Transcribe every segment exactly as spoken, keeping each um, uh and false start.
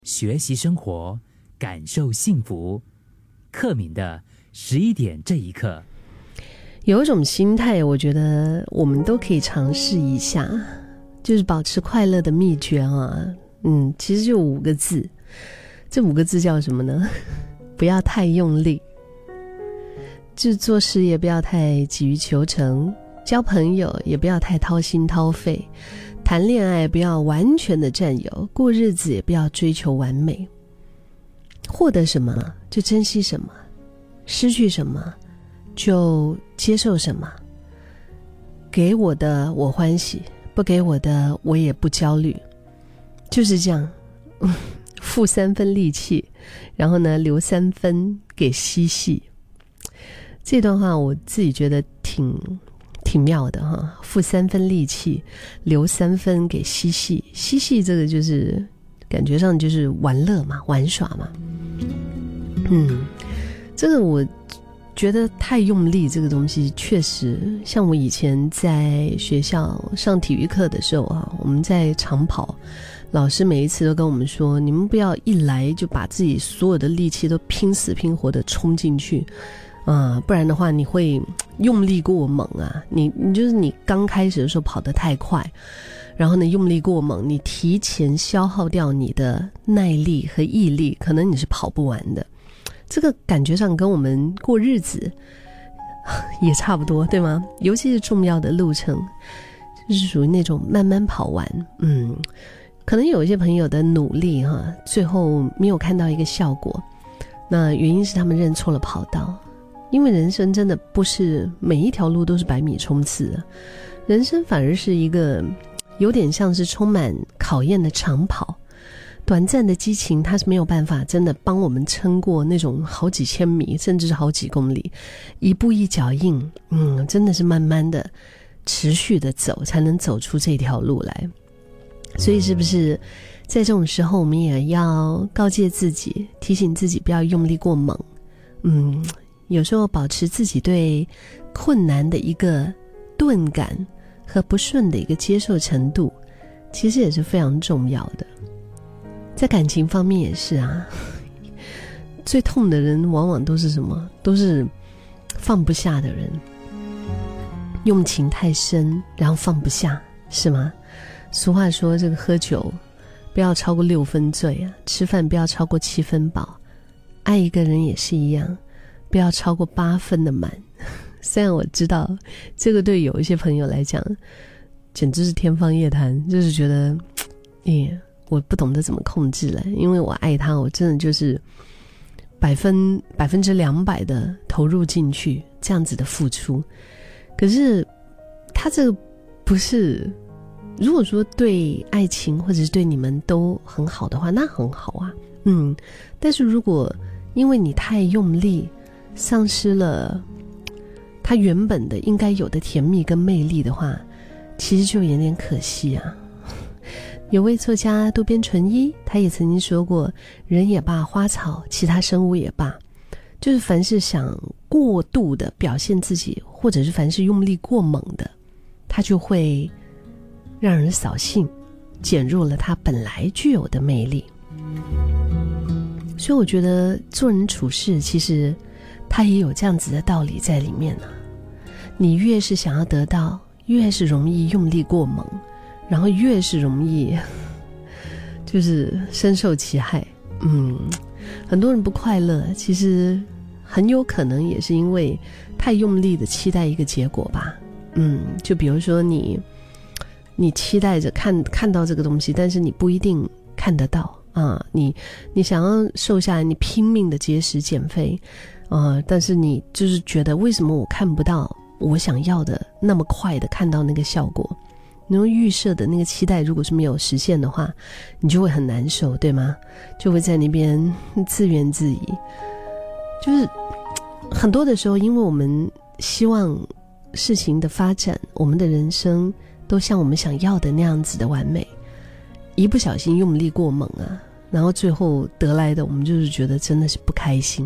学习生活，感受幸福。克敏的十一点这一刻， 有一种心态，我觉得我们都可以尝试一下，就是保持快乐的秘诀啊。嗯，其实就五个字，这五个字叫什么呢？不要太用力，就是做事业不要太急于求成，交朋友也不要太掏心掏肺，谈恋爱不要完全的占有，过日子也不要追求完美。获得什么就珍惜什么，失去什么就接受什么，给我的我欢喜，不给我的我也不焦虑，就是这样。付三分力气，然后呢留三分给嬉戏。这段话我自己觉得挺挺妙的哈，付三分力气，留三分给嬉戏。嬉戏这个就是感觉上就是玩乐嘛，玩耍嘛。嗯，这个我觉得太用力这个东西确实，像我以前在学校上体育课的时候啊，我们在长跑，老师每一次都跟我们说，你们不要一来就把自己所有的力气都拼死拼活的冲进去啊、呃，不然的话你会用力过猛啊，你你就是你刚开始的时候跑得太快，然后呢用力过猛，你提前消耗掉你的耐力和毅力，可能你是跑不完的。这个感觉上跟我们过日子也差不多，对吗？尤其是重要的路程，就是属于那种慢慢跑完。嗯，可能有一些朋友的努力哈，最后没有看到一个效果，那原因是他们认错了跑道。因为人生真的不是每一条路都是百米冲刺的，人生反而是一个有点像是充满考验的长跑。短暂的激情它是没有办法真的帮我们撑过那种好几千米甚至是好几公里，一步一脚印，嗯，真的是慢慢的持续的走才能走出这条路来。所以是不是在这种时候我们也要告诫自己，提醒自己不要用力过猛。嗯，有时候保持自己对困难的一个钝感和不顺的一个接受程度，其实也是非常重要的。在感情方面也是啊，最痛的人往往都是什么？都是放不下的人，用情太深，然后放不下，是吗？俗话说，这个喝酒不要超过六分醉啊，吃饭不要超过七分饱，爱一个人也是一样，不要超过八分的满。虽然我知道这个对有一些朋友来讲简直是天方夜谭，就是觉得耶我不懂得怎么控制了，因为我爱他，我真的就是百分百分之两百的投入进去，这样子的付出。可是他这个不是，如果说对爱情或者是对你们都很好的话，那很好啊，嗯。但是如果因为你太用力，丧失了他原本的应该有的甜蜜跟魅力的话，其实就有点可惜啊。有位作家渡边淳一，他也曾经说过，人也罢，花草其他生物也罢，就是凡是想过度的表现自己，或者是凡是用力过猛的，他就会让人扫兴，减弱了他本来具有的魅力。所以我觉得做人处事其实他也有这样子的道理在里面啊。你越是想要得到，越是容易用力过猛，然后越是容易就是深受其害。嗯，很多人不快乐，其实很有可能也是因为太用力的期待一个结果吧。嗯，就比如说你你期待着看看到这个东西，但是你不一定看得到啊。你你想要瘦下来，你拼命的节食减肥啊，但是你就是觉得为什么我看不到我想要的那么快的看到那个效果？你用预设的那个期待如果是没有实现的话，你就会很难受，对吗？就会在那边自怨自艾。就是很多的时候，因为我们希望事情的发展，我们的人生都像我们想要的那样子的完美，一不小心用力过猛啊，然后最后得来的我们就是觉得真的是不开心。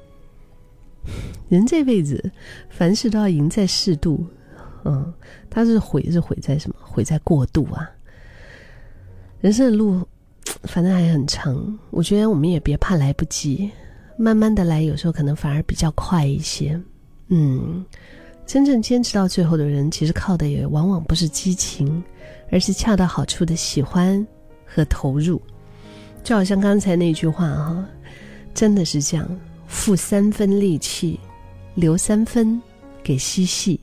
人这辈子凡事都要赢在适度，嗯，他是毁是毁在什么？毁在过度啊！人生的路反正还很长，我觉得我们也别怕来不及，慢慢的来，有时候可能反而比较快一些。嗯，真正坚持到最后的人，其实靠的也往往不是激情，而是恰到好处的喜欢和投入。就好像刚才那句话哈，真的是这样，付三分力气，留三分给嬉戏。